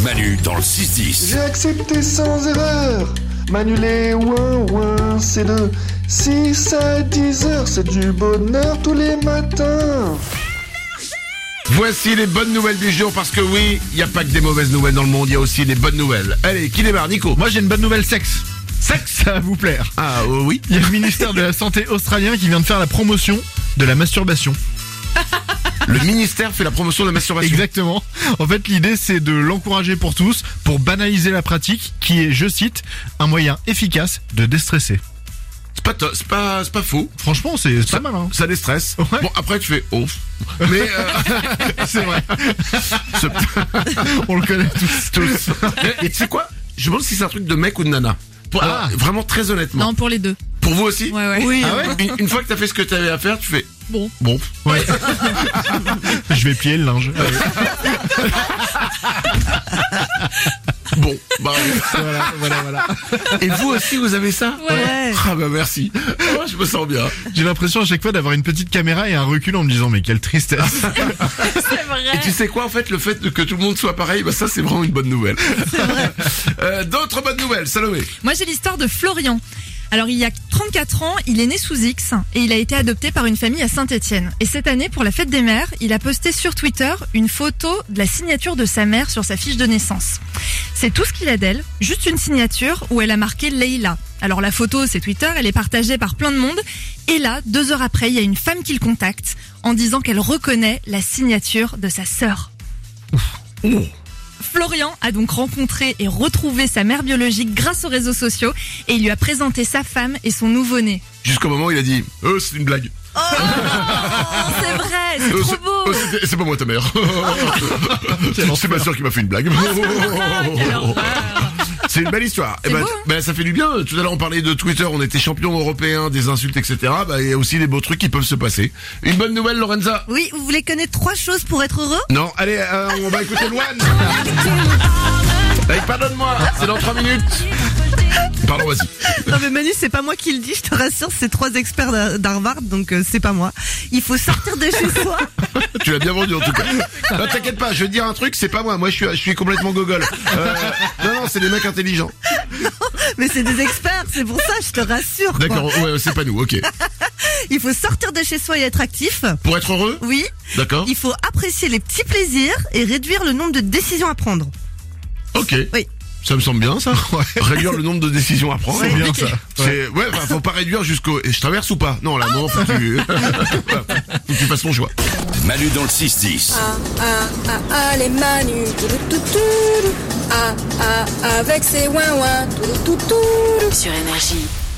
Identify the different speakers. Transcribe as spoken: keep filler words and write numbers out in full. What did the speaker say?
Speaker 1: Manu dans le six dix.
Speaker 2: J'ai accepté sans erreur. Manu les ouin ouin, c'est de six à dix heures, c'est du bonheur tous les matins.
Speaker 1: Voici les bonnes nouvelles du jour, parce que oui, il n'y a pas que des mauvaises nouvelles dans le monde, il y a aussi des bonnes nouvelles. Allez, qui démarre, Nico?
Speaker 3: Moi j'ai une bonne nouvelle sexe. Sexe, ça va vous plaire.
Speaker 1: Ah euh, oui.
Speaker 3: Il y a le ministère de la Santé australien qui vient de faire la promotion de la masturbation.
Speaker 1: Le ministère fait la promotion de la masturbation.
Speaker 3: Exactement. En fait, l'idée c'est de l'encourager pour tous, pour banaliser la pratique, qui est, je cite, un moyen efficace de déstresser.
Speaker 1: C'est pas, to- c'est pas, c'est pas faux.
Speaker 3: Franchement, c'est
Speaker 1: Ça,
Speaker 3: pas mal, hein.
Speaker 1: ça déstresse.
Speaker 3: Ouais.
Speaker 1: Bon, après tu fais oh. Mais euh,
Speaker 3: C'est vrai.
Speaker 1: ce-
Speaker 3: On le connaît tous.
Speaker 1: tous. Et tu sais quoi? Je me demande si c'est un truc de mec ou de nana. Pour,
Speaker 3: Ah.
Speaker 1: euh, vraiment très honnêtement.
Speaker 4: Non, pour les deux.
Speaker 1: Pour vous aussi?
Speaker 4: Ouais, ouais.
Speaker 3: Oui.
Speaker 1: Ah ouais? une, une fois que t'as fait ce que t'avais à faire, tu fais
Speaker 4: Bon.
Speaker 1: bon.
Speaker 3: Ouais. Je vais plier le linge.
Speaker 1: Bon, bah
Speaker 3: Voilà, voilà, voilà.
Speaker 1: et vous aussi vous avez ça?
Speaker 4: Ouais.
Speaker 1: Ah bah merci. Oh, je me sens bien.
Speaker 3: J'ai l'impression à chaque fois d'avoir une petite caméra et un recul en me disant mais quelle tristesse.
Speaker 4: C'est vrai.
Speaker 1: Et tu sais quoi, en fait, le fait de que tout le monde soit pareil, bah ça c'est vraiment une bonne nouvelle. euh, d'autres bonnes nouvelles, Salomé.
Speaker 4: Moi, j'ai l'histoire de Florian. Alors, il y a trente-quatre ans, il est né sous X et il a été adopté par une famille à Saint-Étienne. Et cette année, pour la fête des mères, il a posté sur Twitter une photo de la signature de sa mère sur sa fiche de naissance. C'est tout ce qu'il a d'elle, juste une signature où elle a marqué Leïla. Alors la photo, c'est Twitter, elle est partagée par plein de monde. Et là, deux heures après, il y a une femme qui le contacte en disant qu'elle reconnaît la signature de sa sœur.
Speaker 1: Oh.
Speaker 4: Florian a donc rencontré et retrouvé sa mère biologique grâce aux réseaux sociaux et il lui a présenté sa femme et son nouveau-né.
Speaker 1: Jusqu'au moment où il a dit euh, c'est une blague.
Speaker 4: Oh, c'est vrai, c'est
Speaker 1: Euh,
Speaker 4: trop
Speaker 1: c'est,
Speaker 4: beau.
Speaker 1: euh, c'est, c'est pas moi ta mère. C'est ma soeur qui m'a fait une blague.
Speaker 4: Quelle horreur.
Speaker 1: C'est une belle histoire.
Speaker 4: C'est
Speaker 1: Eh ben,
Speaker 4: beau,
Speaker 1: t-
Speaker 4: hein.
Speaker 1: ben, ça fait du bien. Tout à l'heure on parlait de Twitter, on était champion européen des insultes, et cetera. Bah, il y a aussi des beaux trucs qui peuvent se passer. Une bonne nouvelle, Lorenza?
Speaker 5: Oui, vous voulez connaître trois choses pour être heureux?
Speaker 1: Non, allez, euh, on va écouter Loane. Allez, pardonne-moi, c'est dans trois minutes. Pardon, vas-y.
Speaker 5: Non mais Manu, c'est pas moi qui le dis, je te rassure, c'est trois experts d'Ha- d'Harvard, donc euh, c'est pas moi. Il faut sortir de chez soi.
Speaker 1: Tu l'as bien vendu en tout cas. Non, t'inquiète pas, je vais te dire un truc, c'est pas moi. Moi, je suis, je suis complètement gogol. Euh, non, non, c'est des mecs intelligents.
Speaker 5: Mais c'est des experts, c'est pour ça, je te rassure. quoi.
Speaker 1: D'accord, ouais, c'est pas nous, ok.
Speaker 5: Il faut sortir de chez soi et être actif.
Speaker 1: Pour être heureux?
Speaker 5: Oui.
Speaker 1: D'accord.
Speaker 5: Il faut apprécier les petits plaisirs et réduire le nombre de décisions à prendre.
Speaker 1: Ok.
Speaker 5: Oui.
Speaker 1: Ça me semble bien, ça. Réduire le nombre de décisions à prendre.
Speaker 3: C'est bien ça.
Speaker 1: C'est, ouais, enfin, faut pas réduire jusqu'au, et je traverse ou pas? Non, là, non, faut que tu, faut que tu fasses ton choix.
Speaker 6: Manu dans le six dix.
Speaker 7: Ah, ah, ah, ah, les Manu, tout, tout, tout, ah, ah, avec ses ouin ouin, tout, tout, tout.
Speaker 8: Sur Énergie.